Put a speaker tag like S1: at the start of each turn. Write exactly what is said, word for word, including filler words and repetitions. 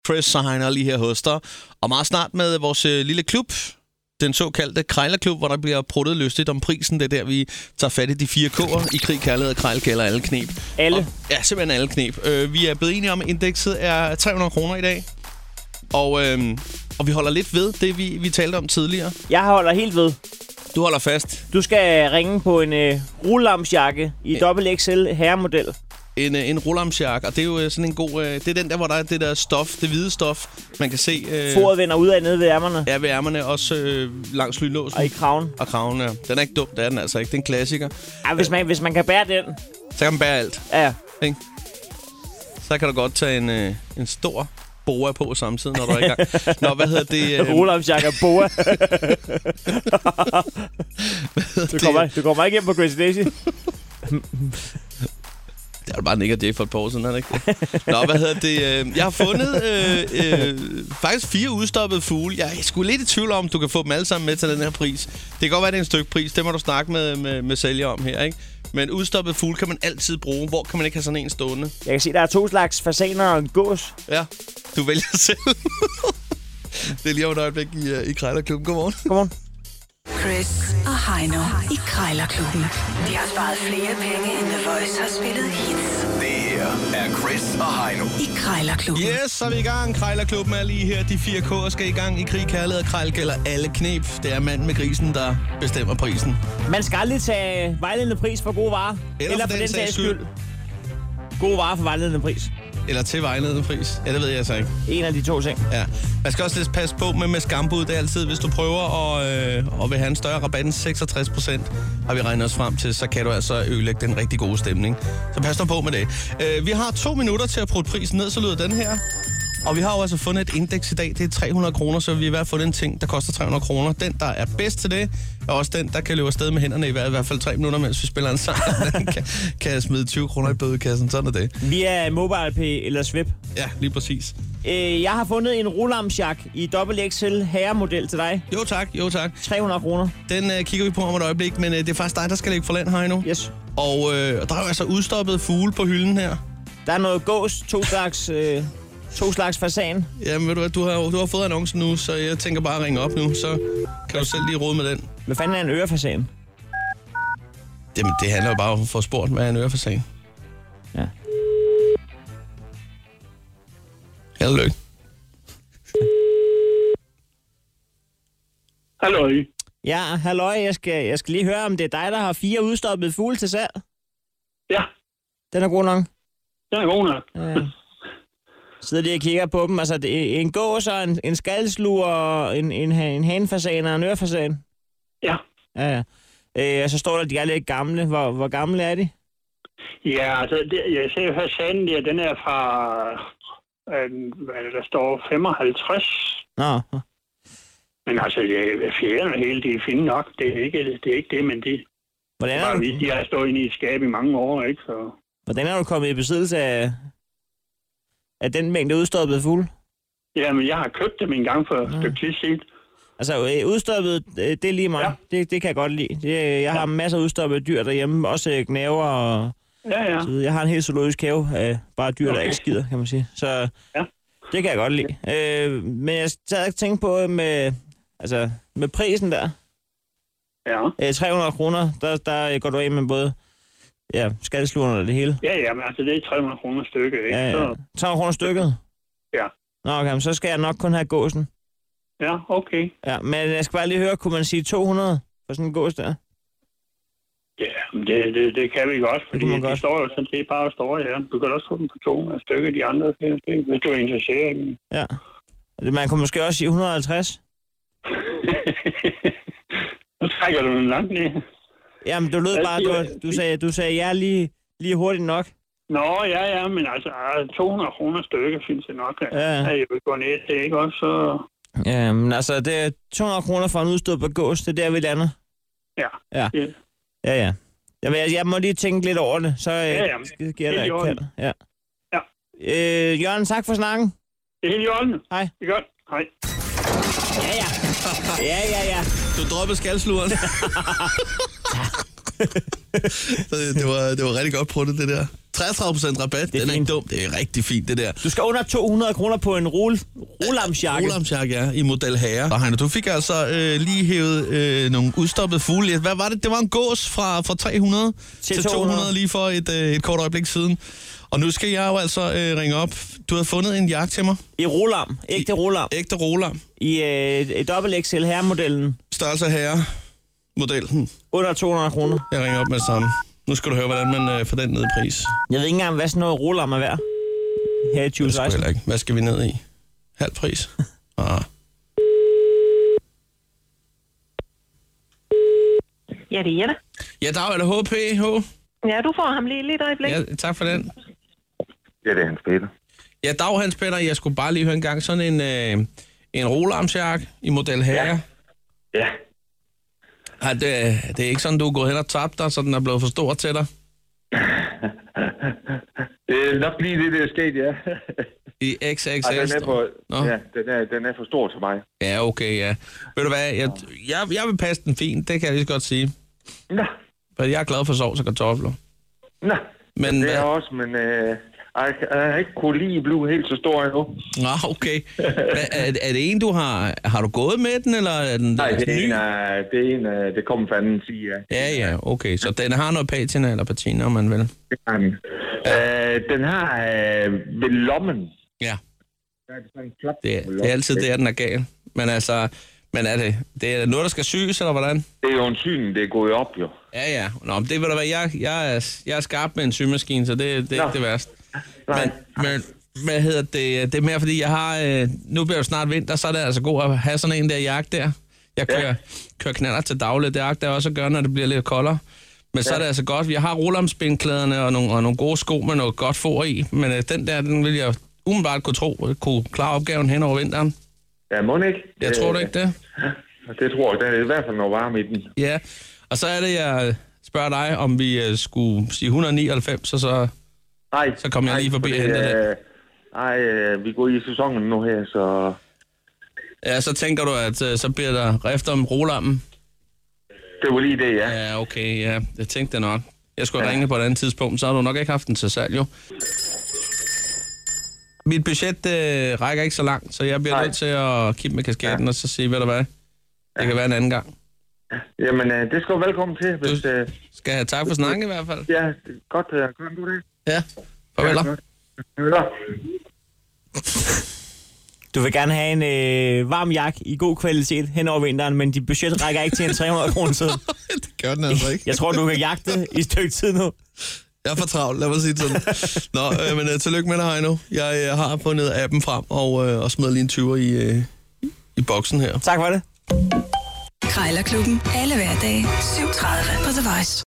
S1: Chris og Heiner lige her hos dig. Og meget snart med vores øh, lille klub, den såkaldte Krejlerklub, hvor der bliver pruttet lystigt om prisen. Det er der, vi tager fat i de fire K'er i krig, kærlighed, krejl, gælder alle knep.
S2: Alle?
S1: Og, ja, simpelthen alle knep. Øh, vi er blevet enige om, at indekset er tre hundrede kroner i dag. Og, øh, og vi holder lidt ved det, vi, vi talte om tidligere.
S2: Jeg holder helt ved.
S1: Du holder fast.
S2: Du skal ringe på en øh, rullampsjakke i dobbelt X L herremodel.
S1: En, en rullampsjakke, og det er jo sådan en god... Øh, det er den der, hvor der er det der stof, det hvide stof, man kan se... Øh,
S2: Foret vender ud af nede ved ærmerne.
S1: Ja, ved ærmerne, også øh, langs lynlåsen.
S2: Og i kraven.
S1: Og kraven, ja. Den er ikke dum, det er den altså ikke. Det er en klassiker.
S2: Ja, hvis man, hvis man kan bære den...
S1: Så kan man bære alt.
S2: Ja.
S1: Ikke? Så kan du godt tage en, øh, en stor boa på samtidig, når du er i gang. Nå, hvad hedder det? Øh...
S2: Rullampsjakke og boa. du, kommer, du kommer ikke hjem på Crazy Daisy.
S1: Det er bare Nick og Jay for et par år siden, er det ikke det? Nå, hvad hedder det? Jeg har fundet øh, øh, faktisk fire udstoppede fugle. Jeg er sgu lidt i tvivl om, du kan få dem alle sammen med til den her pris. Det kan godt være, det er en stykke pris. Det må du snakke med, med, med sælger om her, ikke? Men udstoppet fugle kan man altid bruge. Hvor kan man ikke have sådan en stående?
S2: Jeg kan se, der er to slags fasaner og en gås.
S1: Ja, du vælger selv. Det er lige om et øjeblik i, i Krejlerklubben. Godmorgen.
S2: Godmorgen.
S3: Chris og Heino i Krejlerklubben. De har sparet flere penge, end The Voice har spillet hits.
S4: Det her er Chris og Heino
S3: i Krejlerklubben.
S1: Yes, så er vi i gang. Krejlerklubben er lige her. De fire K'er skal i gang i krig, kærlighed og krejl gælder alle knep. Det er manden med grisen, der bestemmer prisen.
S2: Man skal aldrig tage vejledende pris for gode varer.
S1: Eller, Eller for, for den sags skyld. skyld.
S2: Gode varer for vejledende pris.
S1: Eller til vejledende pris. Ja, det ved jeg så ikke.
S2: En af de to ting.
S1: Ja. Man skal også lidt passe på med, med skambud. Det er altid, hvis du prøver at, øh, at vil have en større rabat end seksogtres procent, har vi regnet os frem til, så kan du altså ødelægge den rigtig gode stemning. Så pas dig på med det. Øh, vi har to minutter til at prutte prisen ned, så lyder den her. Og vi har jo altså fundet et indeks i dag. Det er tre hundrede kroner, så vi har i hvert fald fundet en ting, der koster tre hundrede kroner. Den, der er bedst til det, er også den, der kan løbe afsted med hænderne i hvert fald tre minutter, mens vi spiller en sang. Den kan, kan smide tyve kroner i bødekassen. Sådan er det.
S2: Via MobilePay eller Swip.
S1: Ja, lige præcis.
S2: Øh, jeg har fundet en rullampsjakke i dobbelt X L herremodel til dig.
S1: Jo tak, jo tak.
S2: tre hundrede kroner.
S1: Den øh, kigger vi på om et øjeblik, men øh, det er faktisk dig, der skal lægge for land her nu.
S2: Yes.
S1: Og øh, der er jo altså udstoppet fugle på hylden her.
S2: Der er noget gås, to slags... Øh To slags fasan.
S1: Jamen ved du hvad, du har, du har fået annoncen nu, så jeg tænker bare at ringe op nu, så kan du selv lige rode med den.
S2: Hvad fanden er en ørefasan?
S1: Jamen det handler jo bare om at få spurgt, hvad er en ørefasan?
S2: Ja.
S1: Held og lykke.
S5: Halløj.
S2: Ja, halløj. Jeg skal, jeg skal lige høre, om det er dig, der har fire udstoppede fugle til salg.
S5: Ja.
S2: Den er god nok.
S5: Den er god nok.
S2: Ja. Sidder de og kigger på dem. Altså, det er en gås og en, en skaldsluger og en, en, en hanfasan og en ørefasan.
S5: Ja.
S2: Ja, ja. Øh, og så står der, at de er lidt gamle. Hvor, hvor gamle er de?
S5: Ja, altså, det, jeg ser jo fasanen der, den er fra, øh, hvad er det, der står femoghalvtreds.
S2: Nå.
S5: Men altså, fjerderne hele, de er fine nok. Det er ikke det, er ikke det men de,
S2: hvordan er
S5: bare,
S2: du,
S5: de har stået inde i et skab i mange år, ikke? Så.
S2: Hvordan er du kommet i besiddelse af... af den mængde udstoppede fugle?
S5: Jamen, jeg har købt dem en gang for et stykke tid siden.
S2: Altså, udstoppet, det er lige mig. Ja. Det, det kan jeg godt lide. Det, jeg ja. har masser af udstoppede dyr derhjemme. Også gnæver og...
S5: Ja, ja.
S2: Så jeg har en helt zoologisk have af bare dyr, okay. der ikke skider, kan man sige. Så
S5: ja.
S2: Det kan jeg godt lide. Ja. Øh, men jeg stadig tænke på med, altså, med prisen der.
S5: Ja.
S2: Øh, tre hundrede kroner, der, der går du af med både... Ja, skaldsluerne og det hele.
S5: Ja, ja, men altså det er tre hundrede kroner stykket, ikke?
S2: Ja, ja.
S5: Så...
S2: tre hundrede kroner stykket?
S5: Ja.
S2: Nå, okay, så skal jeg nok kun have gåsen.
S5: Ja, okay.
S2: Ja, men jeg skal bare lige høre, kunne man sige to hundrede for sådan en gås der?
S5: Ja, men det, det, det kan vi godt, fordi
S2: det
S5: de godt. Står jo sådan set bare og står her. Du kan også få dem på to hundrede stykker, de andre, hvis du er interesseret i dem.
S2: Ja. Man kunne måske også sige et hundrede og halvtreds.
S5: Nu trækker du den langt ned.
S2: Jamen, du lød bare, du, du sagde, du sagde ja lige, lige hurtigt nok.
S5: Nå, ja, ja, men altså to hundrede kroner stykke findes det nok.
S2: Ja.
S5: Jeg vil gå ned, det er ikke også så...
S2: Ja, men altså, det er to hundrede kroner for en udstået gås, det er der, vi lander.
S5: Ja.
S2: Ja, ja. Ja, ja. Jamen, jeg, jeg må lige tænke lidt over det, så ja, ja, skal jeg dig et kald. Ja.
S5: Ja.
S2: Øh, Jørgen, tak for snakken.
S5: Det er helt i orden.
S2: Hej.
S5: Det er godt. Hej.
S2: Ja, ja. Ja, ja, ja.
S1: Du droppede skaldsluren. det, det, var, det var rigtig godt på det, det der. treogtredive procent rabat, det er den er ikke dum. Det er rigtig fint, det der.
S2: Du skal under to hundrede kroner på en rol, rolamsjakke.
S1: Rolamsjakke, ja, i model herre. Og Heino, du fik altså øh, lige hævet øh, nogle udstoppede fugle. Hvad var det? Det var en gås fra, fra tre hundrede til, til to hundrede lige for et, øh, et kort øjeblik siden. Og nu skal jeg jo altså øh, ringe op. Du har fundet en jakke til mig.
S2: I rolam. Ægte rolam.
S1: Ægte rolam.
S2: I øh, dobbelt X L herre-modellen.
S1: Størrelse herre. Modellen.
S2: Under to hundrede kroner.
S1: Jeg ringer op med det samme. Nu skal du høre, hvordan man øh, får den ned i pris.
S2: Jeg ved ikke engang, hvad sådan noget rolam er værd. Her i tyve seksten.
S1: Ikke. Hvad skal vi ned i? Halv pris. Ah.
S6: Ja, det er Jette.
S1: Ja, dag, er det H P H?
S6: Ja, du får ham lige lidt øjeblik.
S1: Ja, tak for den.
S7: Ja, det er Hans Peter.
S1: Ja, dag Hans Peter. Jeg skulle bare lige høre en gang sådan en, øh, en rolamsjakke i model herre.
S7: Ja. Ja.
S1: Ja, det, det er ikke sådan, du er gået hen og tabt dig, så den er blevet for stor til dig?
S7: Det er nok lige det, der er sket, ja.
S1: I X X L?
S7: Ja, den er, for, ja, den, er, den er for stor til mig.
S1: Ja, okay, ja. Ved du hvad, jeg, jeg, jeg vil passe den fint, det kan jeg lige så godt sige.
S7: Nå.
S1: For jeg er glad for sovs og kartofler.
S7: Nå,
S1: men
S7: det er
S1: hvad?
S7: også, men øh, jeg, jeg har ikke kunne lide blive helt så stor endnu.
S1: Nå, okay. Hvad, er, er det en, du har... Har du gået med den, eller er den...
S7: Nej, det er
S1: ny?
S7: en, uh, det er en, uh, det kommer fra anden side, ja.
S1: Ja, ja, okay. Så den har noget patina eller patina, om man vil.
S7: Det har den. Ja. Uh, den har uh, ved lommen.
S1: Ja.
S7: Der er det sådan en klap.
S1: Det er, det er altid der, den er gal. Men altså... Men er det, det er noget, der skal syes, eller hvordan?
S7: Det er jo en syn, det er gået op, jo.
S1: Ja, ja. Nå, men det vil da være, jeg, jeg, er, jeg er skarp med en symaskine, så det, det er ikke det værste. Men, men hvad hedder det? Det er mere, fordi jeg har... Øh, nu bliver det snart vinter, så er det altså godt at have sådan en der jakke der. Jeg kører, ja. kører knaller til dagligt. Det er der også at gøre, når det bliver lidt koldere. Men ja. Så er det altså godt. Jeg har rolamspindklæderne og nogle, og nogle gode sko med noget godt for i. Men øh, den der, den vil jeg umiddelbart kunne tro, kunne klare opgaven hen over vinteren.
S7: Ja, må ikke?
S1: Jeg tror du ikke det?
S7: Det tror jeg. Der er i hvert fald noget varme i den.
S1: Ja, og så er det, jeg spørger dig, om vi uh, skulle sige et hundrede nioghalvfems, og så,
S7: nej,
S1: så kommer jeg
S7: nej,
S1: lige forbi og
S7: det,
S1: henter det.
S7: Nej, øh, vi går i sæsonen nu her, så...
S1: Ja, så tænker du, at uh, så bliver der rift om rolammen?
S7: Det var lige det, ja.
S1: Ja, okay, ja. Jeg tænkte det nok. Jeg skulle ja. ringe på et andet tidspunkt, så har du nok ikke haft den til salg, jo. Mit budget øh, rækker ikke så langt, så jeg bliver Nej. nødt til at kigge med kasketten ja. og så sige, ved du hvad, det ja. kan være en anden gang.
S7: Jamen, øh, det skal du velkommen til. Hvis,
S1: du
S7: øh,
S1: skal have tak for snakken i hvert fald.
S7: Ja, godt. Øh, kan du det?
S1: Ja, farvel.
S7: Ja, farvel.
S2: Du vil gerne have en øh, varm jakke i god kvalitet hen over vinteren, men dit budget rækker ikke til en tre hundrede kroner siden.
S1: Det gør den altså ikke.
S2: Jeg tror, du kan jagte i et stykke tid nu.
S1: Jeg er for travlt, lad mig sige sådan. Nå, øh, men uh, tillykke med dig, Heino. Jeg uh, har fundet appen frem og, uh, og smider lige en tyver i, uh, i boksen her.
S2: Tak for det.
S3: Krejlerklubben. Alle hverdage. syv tredive på The Voice.